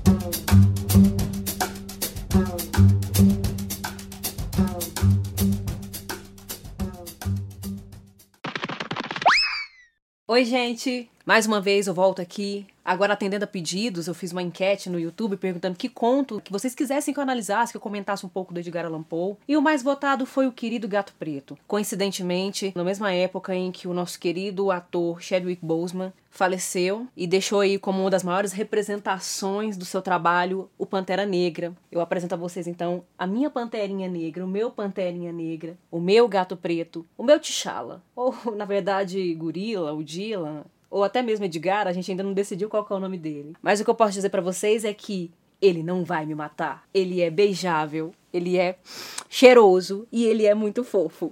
Oi, gente! Mais uma vez eu volto aqui. Agora, atendendo a pedidos, eu fiz uma enquete no YouTube perguntando que conto que vocês quisessem que eu analisasse, que eu comentasse um pouco do Edgar Allan Poe. E o mais votado foi o querido Gato Preto. Coincidentemente, na mesma época em que o nosso querido ator Chadwick Boseman faleceu e deixou aí como uma das maiores representações do seu trabalho o Pantera Negra. Eu apresento a vocês, então, a minha Panterinha Negra, o meu Panterinha Negra, o meu Gato Preto, o meu T'Challa, ou, na verdade, Gorila, o Dylan, ou até mesmo Edgar, a gente ainda não decidiu qual que é o nome dele. Mas o que eu posso dizer pra vocês é que ele não vai me matar. Ele é beijável, ele é cheiroso e ele é muito fofo.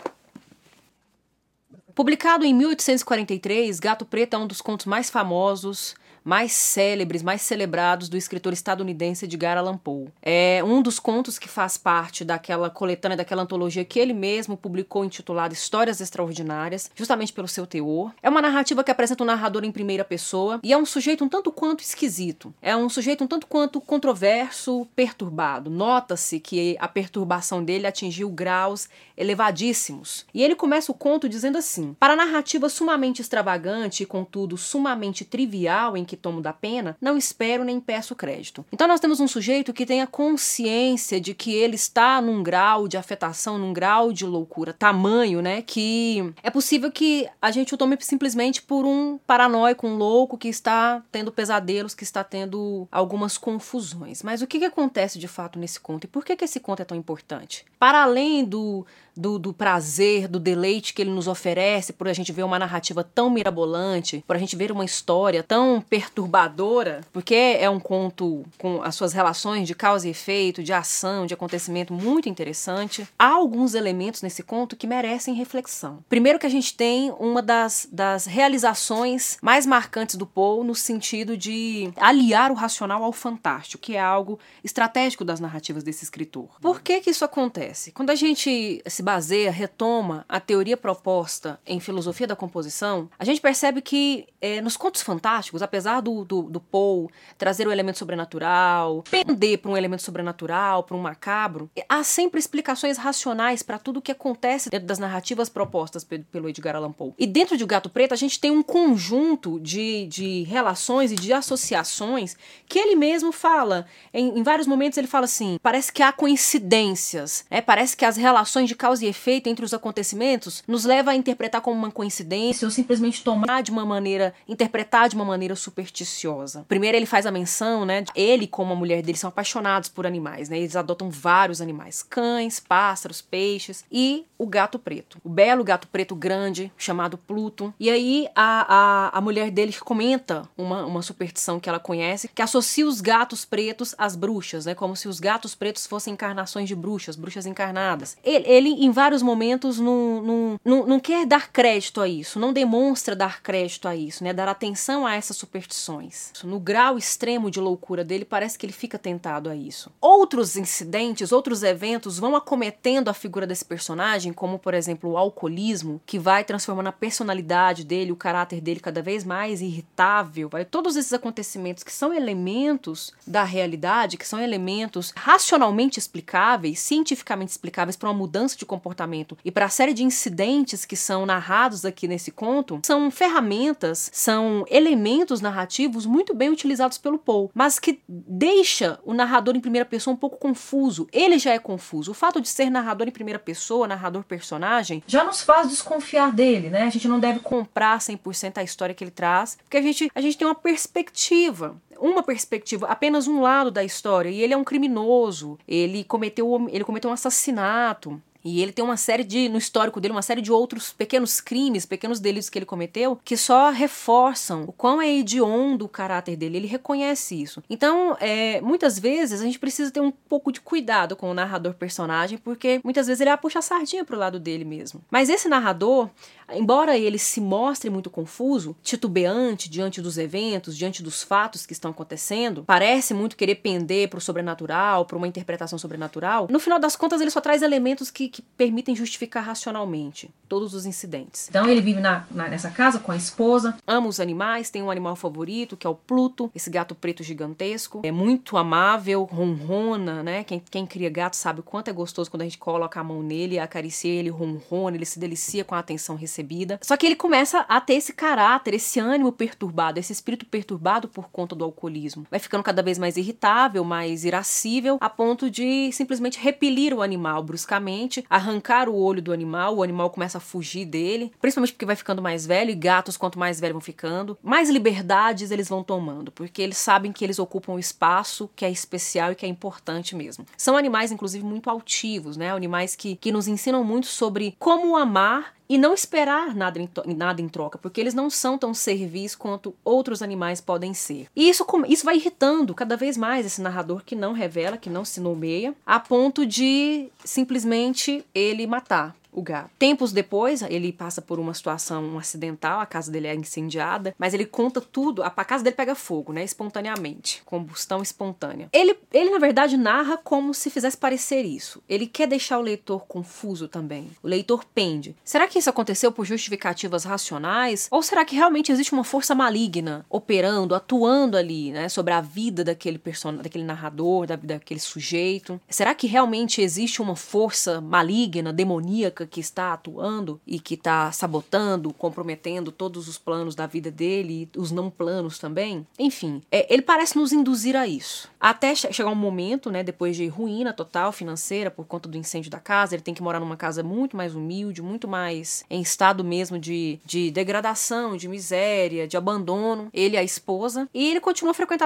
Publicado em 1843, Gato Preto é um dos contos mais famosos, mais célebres, mais celebrados do escritor estadunidense Edgar Allan Poe. É um dos contos que faz parte daquela coletânea, daquela antologia que ele mesmo publicou intitulada Histórias Extraordinárias, justamente pelo seu teor. É uma narrativa que apresenta um narrador em primeira pessoa e é um sujeito um tanto quanto esquisito. É um sujeito um tanto quanto controverso, perturbado. Nota-se que a perturbação dele atingiu graus elevadíssimos. E ele começa o conto dizendo assim: para a narrativa sumamente extravagante e, contudo, sumamente trivial em que tomo da pena, não espero nem peço crédito. Então nós temos um sujeito que tem a consciência de que ele está num grau de afetação, num grau de loucura tamanho, né, que é possível que a gente o tome simplesmente por um paranoico, um louco que está tendo pesadelos, que está tendo algumas confusões. Mas o que acontece de fato nesse conto? E por que esse conto é tão importante? Para além do prazer, do deleite que ele nos oferece por a gente ver uma narrativa tão mirabolante, por a gente ver uma história tão perturbadora, porque é um conto com as suas relações de causa e efeito, de ação, de acontecimento muito interessante, há alguns elementos nesse conto que merecem reflexão. Primeiro que a gente tem uma das realizações mais marcantes do Poe no sentido de aliar o racional ao fantástico, que é algo estratégico das narrativas desse escritor. Por que isso acontece? Quando a gente se baseia, retoma a teoria proposta em filosofia da composição, a gente percebe que nos contos fantásticos, apesar do Poe trazer o elemento sobrenatural, pender para um elemento sobrenatural, para um macabro, há sempre explicações racionais para tudo o que acontece dentro das narrativas propostas pelo Edgar Allan Poe. E dentro de O Gato Preto a gente tem um conjunto de relações e de associações que ele mesmo fala. Em vários momentos ele fala assim, parece que há coincidências, parece que as relações de causa e efeito entre os acontecimentos nos leva a interpretar como uma coincidência ou simplesmente interpretar de uma maneira supersticiosa. Primeiro ele faz a menção, né, ele como a mulher dele são apaixonados por animais, né, eles adotam vários animais, cães, pássaros, peixes e o gato preto, o belo gato preto grande chamado Pluto. E aí a mulher dele comenta uma superstição que ela conhece, que associa os gatos pretos às bruxas, né, como se os gatos pretos fossem encarnações de bruxas encarnadas. Ele em vários momentos não quer dar crédito a isso, não demonstra dar crédito a isso, né, dar atenção a essas superstições. No grau extremo de loucura dele, parece que ele fica tentado a isso. Outros incidentes, outros eventos vão acometendo a figura desse personagem, como, por exemplo, o alcoolismo, que vai transformando a personalidade dele, o caráter dele cada vez mais irritável. Todos esses acontecimentos que são elementos da realidade, que são elementos racionalmente explicáveis, cientificamente explicáveis para uma mudança de comportamento e para a série de incidentes que são narrados aqui nesse conto, são ferramentas, são elementos narrativos muito bem utilizados pelo Poe, mas que deixa o narrador em primeira pessoa um pouco confuso. Ele já é confuso. O fato de ser narrador em primeira pessoa, narrador-personagem, já nos faz desconfiar dele, né? A gente não deve comprar 100% a história que ele traz, porque a gente tem uma perspectiva, apenas um lado da história, e ele é um criminoso, ele cometeu um assassinato. E ele tem no histórico dele, uma série de outros pequenos crimes, pequenos delitos que ele cometeu, que só reforçam o quão é hediondo o caráter dele. Ele reconhece isso. Então, muitas vezes, a gente precisa ter um pouco de cuidado com o narrador-personagem, porque muitas vezes ele puxa a sardinha pro lado dele mesmo. Mas esse narrador, embora ele se mostre muito confuso, titubeante diante dos eventos, diante dos fatos que estão acontecendo, parece muito querer pender pro sobrenatural, pra uma interpretação sobrenatural, no final das contas ele só traz elementos que que permitem justificar racionalmente todos os incidentes. Então ele vive nessa casa com a esposa, ama os animais, tem um animal favorito, que é o Pluto, esse gato preto gigantesco. É muito amável, ronrona, né? Quem cria gato sabe o quanto é gostoso quando a gente coloca a mão nele, acaricia ele, ronrona, ele se delicia com a atenção recebida. Só que ele começa a ter esse caráter, esse ânimo perturbado, esse espírito perturbado por conta do alcoolismo. Vai ficando cada vez mais irritável, mais irascível, a ponto de simplesmente repelir o animal bruscamente, arrancar o olho do animal, o animal começa a fugir dele, principalmente porque vai ficando mais velho, e gatos, quanto mais velhos vão ficando, mais liberdades eles vão tomando, porque eles sabem que eles ocupam um espaço que é especial e que é importante mesmo. São animais, inclusive, muito altivos, né? Animais que nos ensinam muito sobre como amar e não esperar nada em troca, porque eles não são tão servis quanto outros animais podem ser. E isso vai irritando cada vez mais esse narrador que não revela, que não se nomeia, a ponto de simplesmente ele matar o gato. Tempos depois, ele passa por uma situação acidental, a casa dele é incendiada, mas ele conta tudo, a casa dele pega fogo, né, espontaneamente, combustão espontânea. Ele na verdade narra como se fizesse parecer isso. Ele quer deixar o leitor confuso também. O leitor pende. Será que isso aconteceu por justificativas racionais? Ou será que realmente existe uma força maligna operando, atuando ali, né, sobre a vida daquele narrador, daquele sujeito? Será que realmente existe uma força maligna, demoníaca, que está atuando e que está sabotando, comprometendo todos os planos da vida dele e os não planos também? Enfim, ele parece nos induzir a isso. Até chegar um momento, né, depois de ruína total financeira por conta do incêndio da casa, ele tem que morar numa casa muito mais humilde, muito mais em estado mesmo de degradação, de miséria, de abandono, ele e a esposa, e ele continua a frequentar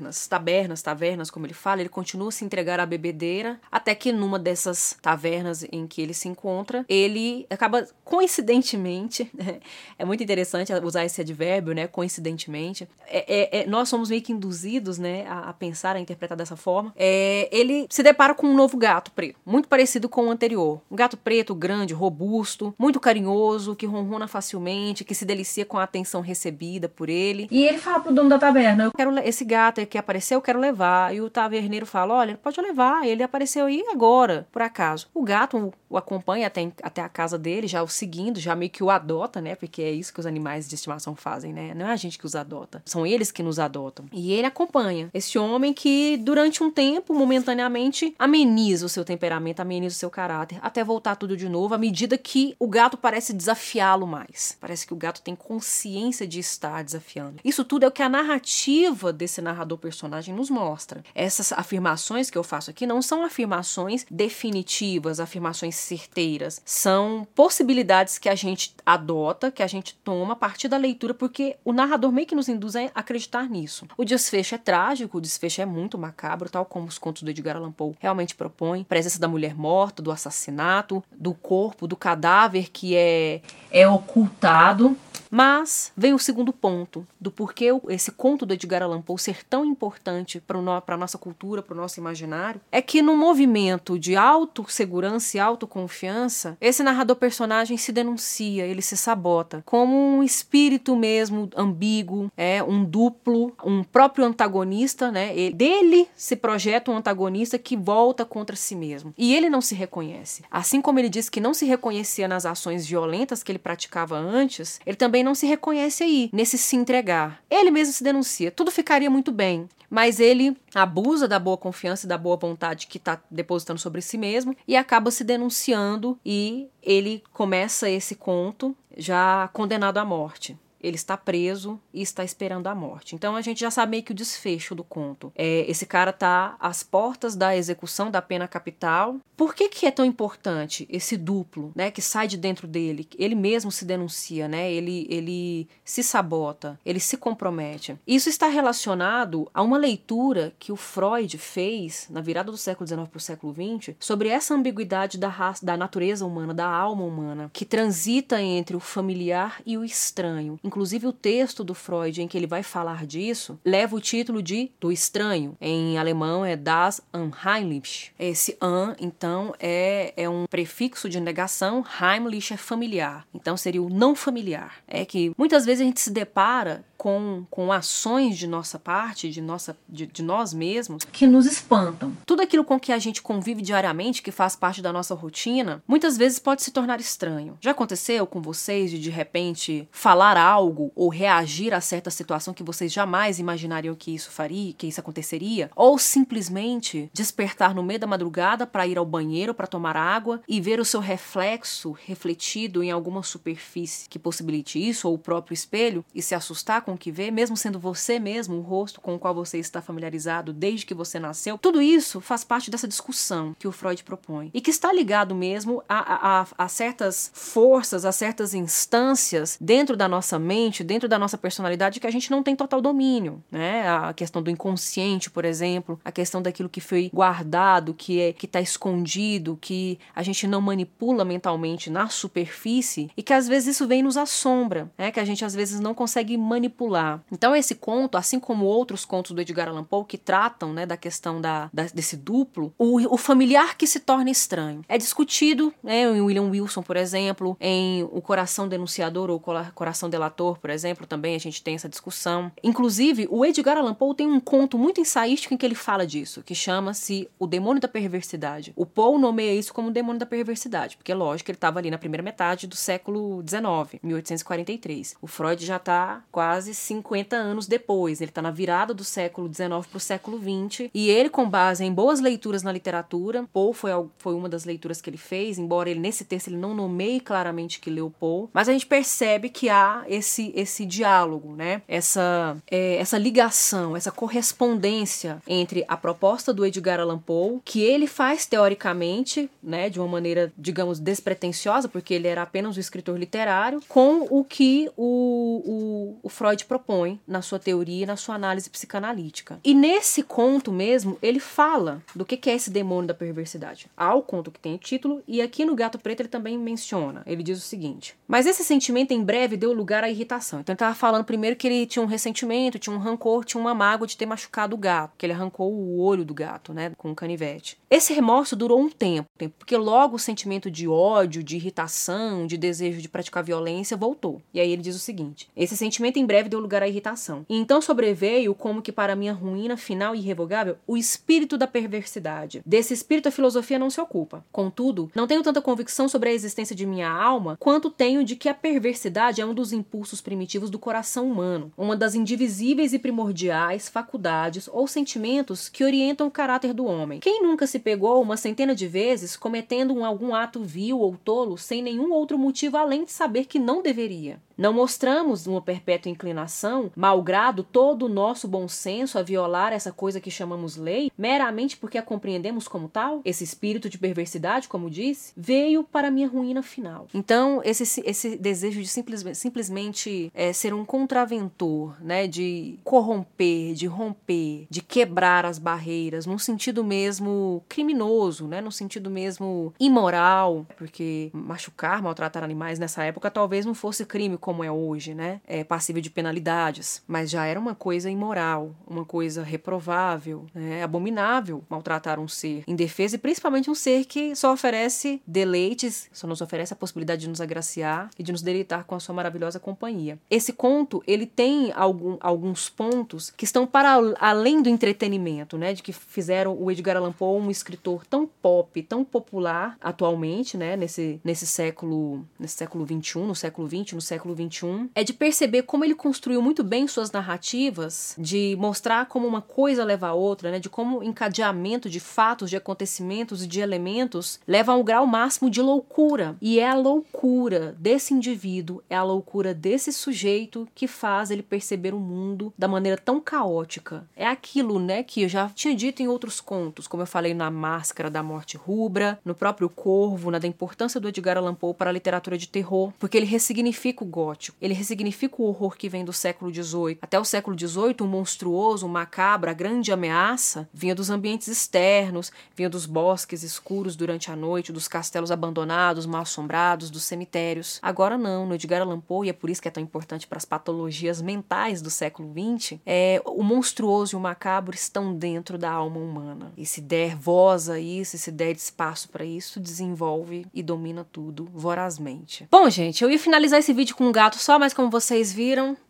tavernas, como ele fala, ele continua a se entregar à bebedeira, até que numa dessas tavernas em que ele se encontra, ele acaba, coincidentemente, é muito interessante usar esse advérbio, né, coincidentemente, nós somos meio que induzidos, né, a pensar, a interpretar dessa forma, ele se depara com um novo gato preto, muito parecido com o anterior, um gato preto, grande, robusto, muito carinhoso, que ronrona facilmente, que se delicia com a atenção recebida por ele, e ele fala pro dono da taverna, eu quero esse gato que apareceu, eu quero levar, e o taverneiro fala, olha, pode levar, ele apareceu aí agora, por acaso. O gato o acompanha até a casa dele, já o seguindo, já meio que o adota, né? Porque é isso que os animais de estimação fazem, né? Não é a gente que os adota, são eles que nos adotam. E ele acompanha esse homem que, durante um tempo, momentaneamente, ameniza o seu temperamento, ameniza o seu caráter, até voltar tudo de novo, à medida que o gato parece desafiá-lo mais. Parece que o gato tem consciência de estar desafiando. Isso tudo é o que a narrativa desse narrador-personagem nos mostra. Essas afirmações que eu faço aqui não são afirmações definitivas, afirmações certeiras, são possibilidades que a gente adota, que a gente toma a partir da leitura, porque o narrador meio que nos induz a acreditar nisso. O desfecho é trágico, o desfecho é muito macabro, tal como os contos do Edgar Allan Poe realmente propõem. Presença da mulher morta, do assassinato, do corpo, do cadáver que é ocultado. Mas vem o segundo ponto do porquê esse conto do Edgar Allan Poe ser tão importante para a nossa cultura, para o nosso imaginário, é que no movimento de autossegurança e autoconfiança, esse narrador-personagem se denuncia, ele se sabota, como um espírito mesmo ambíguo, um duplo, um próprio antagonista, né? Dele se projeta um antagonista que volta contra si mesmo. E ele não se reconhece. Assim como ele disse que não se reconhecia nas ações violentas que ele praticava antes, ele também não se reconhece aí, nesse se entregar. Ele mesmo se denuncia. Tudo ficaria muito bem, mas ele abusa da boa confiança e da boa vontade que está depositando sobre si mesmo e acaba se denunciando, e ele começa esse conto já condenado à morte. Ele está preso e está esperando a morte. Então a gente já sabe meio que o desfecho do conto. Esse cara está às portas da execução da pena capital. Por que é tão importante esse duplo, né, que sai de dentro dele? Ele mesmo se denuncia, né? Ele se sabota, ele se compromete. Isso está relacionado a uma leitura que o Freud fez na virada do século XIX para o século XX sobre essa ambiguidade da natureza humana, da alma humana, que transita entre o familiar e o estranho. Inclusive o texto do Freud em que ele vai falar disso leva o título de Do Estranho. Em alemão é Das Unheimliche. Esse an, então, é um prefixo de negação, Heimlich é familiar. Então seria o não familiar. É que muitas vezes a gente se depara com ações de nossa parte, de nós mesmos, que nos espantam. Tudo aquilo com que a gente convive diariamente, que faz parte da nossa rotina, muitas vezes pode se tornar estranho. Já aconteceu com vocês de repente falar algo ou reagir a certa situação que vocês jamais imaginariam que isso aconteceria? Ou simplesmente despertar no meio da madrugada para ir ao banheiro para tomar água e ver o seu reflexo refletido em alguma superfície que possibilite isso, ou o próprio espelho, e se assustar com o que vê, mesmo sendo você mesmo o rosto com o qual você está familiarizado desde que você nasceu? Tudo isso faz parte dessa discussão que o Freud propõe e que está ligado mesmo a certas forças, a certas instâncias dentro da nossa mente, dentro da nossa personalidade, que a gente não tem total domínio, né? A questão do inconsciente, por exemplo, a questão daquilo que foi guardado, que está escondido, que a gente não manipula mentalmente na superfície e que às vezes isso vem e nos assombra, né? Que a gente às vezes não consegue manipular. Então esse conto, assim como outros contos do Edgar Allan Poe que tratam, né, da questão desse duplo, o familiar que se torna estranho. É discutido, né, em William Wilson, por exemplo, em O Coração Denunciador ou Coração Delator, por exemplo, também a gente tem essa discussão. Inclusive, o Edgar Allan Poe tem um conto muito ensaístico em que ele fala disso, que chama-se O Demônio da Perversidade. O Poe nomeia isso como o Demônio da Perversidade, porque, lógico, ele estava ali na primeira metade do século XIX, 1843. O Freud já está quase 50 anos depois, ele está na virada do século XIX para o século XX, e ele, com base em boas leituras na literatura, Poe foi uma das leituras que ele fez, embora ele, nesse texto, ele não nomeie claramente que leu Poe, mas a gente percebe que há esse diálogo, né? Essa ligação, essa correspondência entre a proposta do Edgar Allan Poe, que ele faz teoricamente, né, de uma maneira, digamos, despretensiosa, porque ele era apenas um escritor literário, com o que o Freud propõe na sua teoria e na sua análise psicanalítica. E nesse conto mesmo, ele fala do que é esse demônio da perversidade. Há o conto que tem o título, e aqui no Gato Preto ele também menciona. Ele diz o seguinte: mas esse sentimento em breve deu lugar à irritação. Então ele estava falando primeiro que ele tinha um ressentimento, tinha um rancor, tinha uma mágoa de ter machucado o gato, que ele arrancou o olho do gato, né, com um canivete. Esse remorso durou um tempo, porque logo o sentimento de ódio, de irritação, de desejo de praticar violência voltou. E aí ele diz o seguinte: esse sentimento em breve deu lugar à irritação. E então sobreveio, como que para minha ruína final e irrevogável, o espírito da perversidade. Desse espírito a filosofia não se ocupa. Contudo, não tenho tanta convicção sobre a existência de minha alma, quanto tenho de que a perversidade é um dos impulsos primitivos do coração humano, uma das indivisíveis e primordiais faculdades ou sentimentos que orientam o caráter do homem. Quem nunca se pegou uma centena de vezes cometendo algum ato vil ou tolo sem nenhum outro motivo além de saber que não deveria? Não mostramos uma perpétua inclinação, malgrado todo o nosso bom senso, a violar essa coisa que chamamos lei, meramente porque a compreendemos como tal? Esse espírito de perversidade, como disse, veio para minha ruína final. Então, esse desejo de simplesmente ser um contraventor, né, de corromper, de romper, de quebrar as barreiras, num sentido mesmo criminoso, né, num sentido mesmo imoral, porque machucar, maltratar animais nessa época talvez não fosse crime como é hoje, né? É passível de penalidades, mas já era uma coisa imoral, uma coisa reprovável, né? Abominável maltratar um ser indefeso, e principalmente um ser que só oferece deleites, só nos oferece a possibilidade de nos agraciar e de nos deleitar com a sua maravilhosa companhia. Esse conto, ele tem alguns pontos que estão para além do entretenimento, né? De que fizeram o Edgar Allan Poe um escritor tão pop, tão popular atualmente, né? Nesse século XXI, no século XX, no século XXI, é de perceber como ele construiu muito bem suas narrativas, de mostrar como uma coisa leva a outra, né? De como o encadeamento de fatos, de acontecimentos e de elementos leva a um grau máximo de loucura. E é a loucura desse indivíduo, é a loucura desse sujeito que faz ele perceber o mundo da maneira tão caótica. É aquilo, né, que eu já tinha dito em outros contos, como eu falei na Máscara da Morte Rubra, no próprio Corvo, na da importância do Edgar Allan Poe para a literatura de terror, porque ele ressignifica o gótico, ele ressignifica o horror que vem do século XVIII. Até o século XVIII, o monstruoso, o macabro, a grande ameaça vinha dos ambientes externos, vinha dos bosques escuros durante a noite, dos castelos abandonados, mal assombrados, dos cemitérios. Agora não, no Edgar Allan Poe, e é por isso que é tão importante para as patologias mentais do século XX, o monstruoso e o macabro estão dentro da alma humana. E se der voz a isso, e se der espaço para isso, desenvolve e domina tudo vorazmente. Bom, gente, eu ia finalizar esse vídeo com um gato só, mas como vocês viram,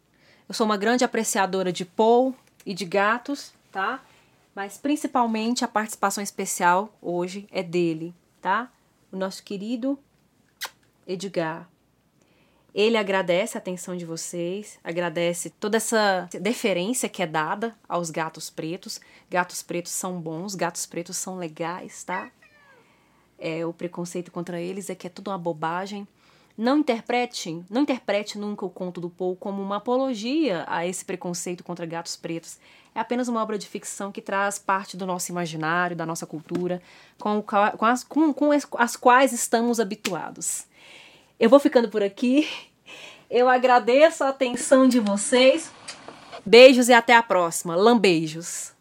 Eu sou uma grande apreciadora de Paul e de gatos, tá? Mas principalmente a participação especial hoje é dele, tá? O nosso querido Edgar. Ele agradece a atenção de vocês, agradece toda essa deferência que é dada aos gatos pretos. Gatos pretos são bons, gatos pretos são legais, tá? O preconceito contra eles é que é tudo uma bobagem. Não interprete nunca o conto do Paul como uma apologia a esse preconceito contra gatos pretos. É apenas uma obra de ficção que traz parte do nosso imaginário, da nossa cultura, com as quais estamos habituados. Eu vou ficando por aqui. Eu agradeço a atenção de vocês. Beijos e até a próxima. Lambeijos.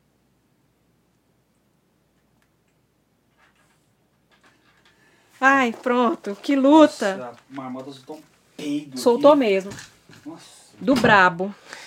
Ai, pronto. Que luta. Nossa, a marmota soltou um peido. Soltou aqui. mesmo. Nossa. Do brabo.